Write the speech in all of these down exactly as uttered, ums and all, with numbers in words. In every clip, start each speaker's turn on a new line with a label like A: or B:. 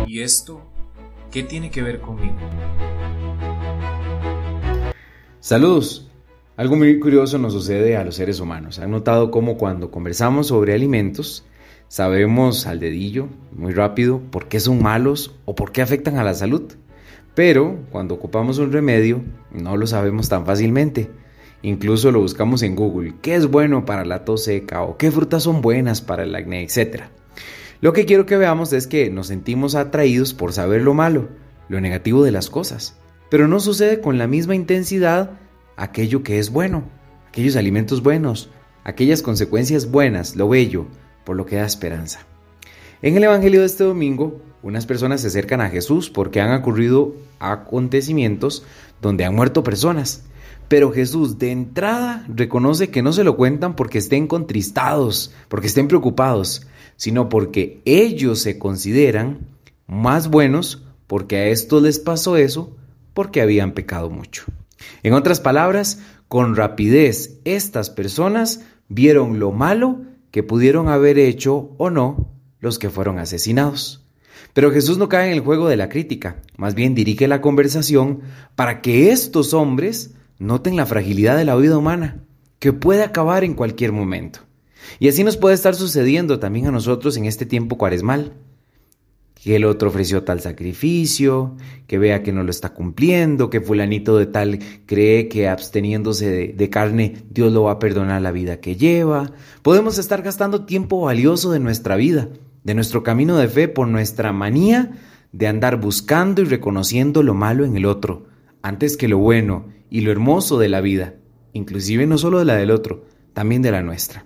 A: ¿Y esto qué tiene que ver conmigo?
B: Saludos. Algo muy curioso nos sucede a los seres humanos. ¿Han notado cómo cuando conversamos sobre alimentos sabemos al dedillo, muy rápido, por qué son malos o por qué afectan a la salud? Pero cuando ocupamos un remedio no lo sabemos tan fácilmente. Incluso lo buscamos en Google. ¿Qué es bueno para la tos seca? ¿O qué frutas son buenas para el acné? Etcétera. Lo que quiero que veamos es que nos sentimos atraídos por saber lo malo, lo negativo de las cosas. Pero no sucede con la misma intensidad aquello que es bueno, aquellos alimentos buenos, aquellas consecuencias buenas, lo bello, por lo que da esperanza. En el Evangelio de este domingo, unas personas se acercan a Jesús porque han ocurrido acontecimientos donde han muerto personas. Pero Jesús de entrada reconoce que no se lo cuentan porque estén contristados, porque estén preocupados, sino porque ellos se consideran más buenos porque a estos les pasó eso porque habían pecado mucho. En otras palabras, con rapidez estas personas vieron lo malo que pudieron haber hecho o no los que fueron asesinados. Pero Jesús no cae en el juego de la crítica, más bien dirige la conversación para que estos hombres noten la fragilidad de la vida humana, que puede acabar en cualquier momento. Y así nos puede estar sucediendo también a nosotros en este tiempo cuaresmal. Que el otro ofreció tal sacrificio, que vea que no lo está cumpliendo, que fulanito de tal cree que absteniéndose de, de carne Dios lo va a perdonar la vida que lleva. Podemos estar gastando tiempo valioso de nuestra vida, de nuestro camino de fe, por nuestra manía de andar buscando y reconociendo lo malo en el otro, antes que lo bueno y lo hermoso de la vida, inclusive no solo de la del otro, también de la nuestra.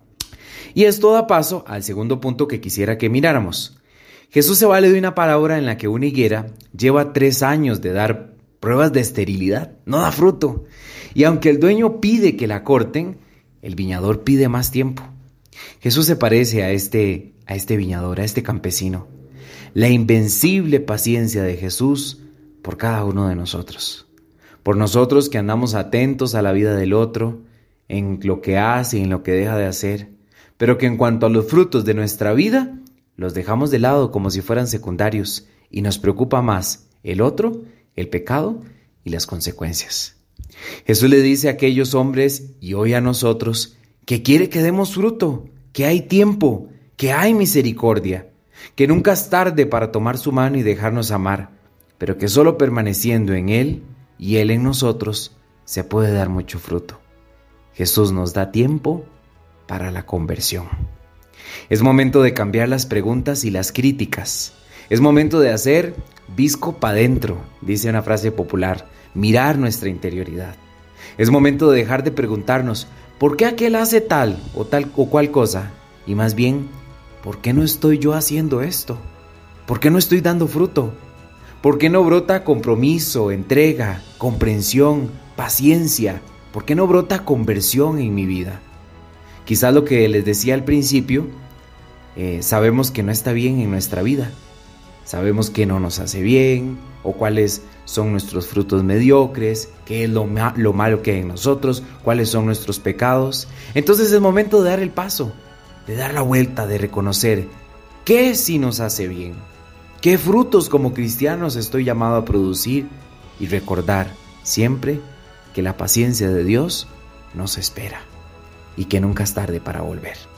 B: Y esto da paso al segundo punto que quisiera que miráramos. Jesús se vale de una parábola en la que una higuera lleva tres años de dar pruebas de esterilidad, no da fruto. Y aunque el dueño pide que la corten, el viñador pide más tiempo. Jesús se parece a este, a este viñador, a este campesino. La invencible paciencia de Jesús por cada uno de nosotros. Por nosotros que andamos atentos a la vida del otro, en lo que hace y en lo que deja de hacer, pero que en cuanto a los frutos de nuestra vida, los dejamos de lado como si fueran secundarios y nos preocupa más el otro, el pecado y las consecuencias. Jesús le dice a aquellos hombres y hoy a nosotros que quiere que demos fruto, que hay tiempo, que hay misericordia, que nunca es tarde para tomar su mano y dejarnos amar, pero que solo permaneciendo en Él y Él en nosotros se puede dar mucho fruto. Jesús nos da tiempo para la conversión. Es momento de cambiar las preguntas y las críticas. Es momento de hacer visco pa' dentro, dice una frase popular, mirar nuestra interioridad. Es momento de dejar de preguntarnos, ¿por qué aquel hace tal o tal o cual cosa? Y más bien, ¿por qué no estoy yo haciendo esto? ¿Por qué no estoy dando fruto? ¿Por qué no brota compromiso, entrega, comprensión, paciencia? ¿Por qué no brota conversión en mi vida? Quizás lo que les decía al principio, eh, sabemos que no está bien en nuestra vida. Sabemos que no nos hace bien, o cuáles son nuestros frutos mediocres, qué es lo, ma- lo malo que hay en nosotros, cuáles son nuestros pecados. Entonces es momento de dar el paso, de dar la vuelta, de reconocer qué sí nos hace bien, qué frutos como cristianos estoy llamado a producir y recordar siempre que la paciencia de Dios nos espera y que nunca es tarde para volver.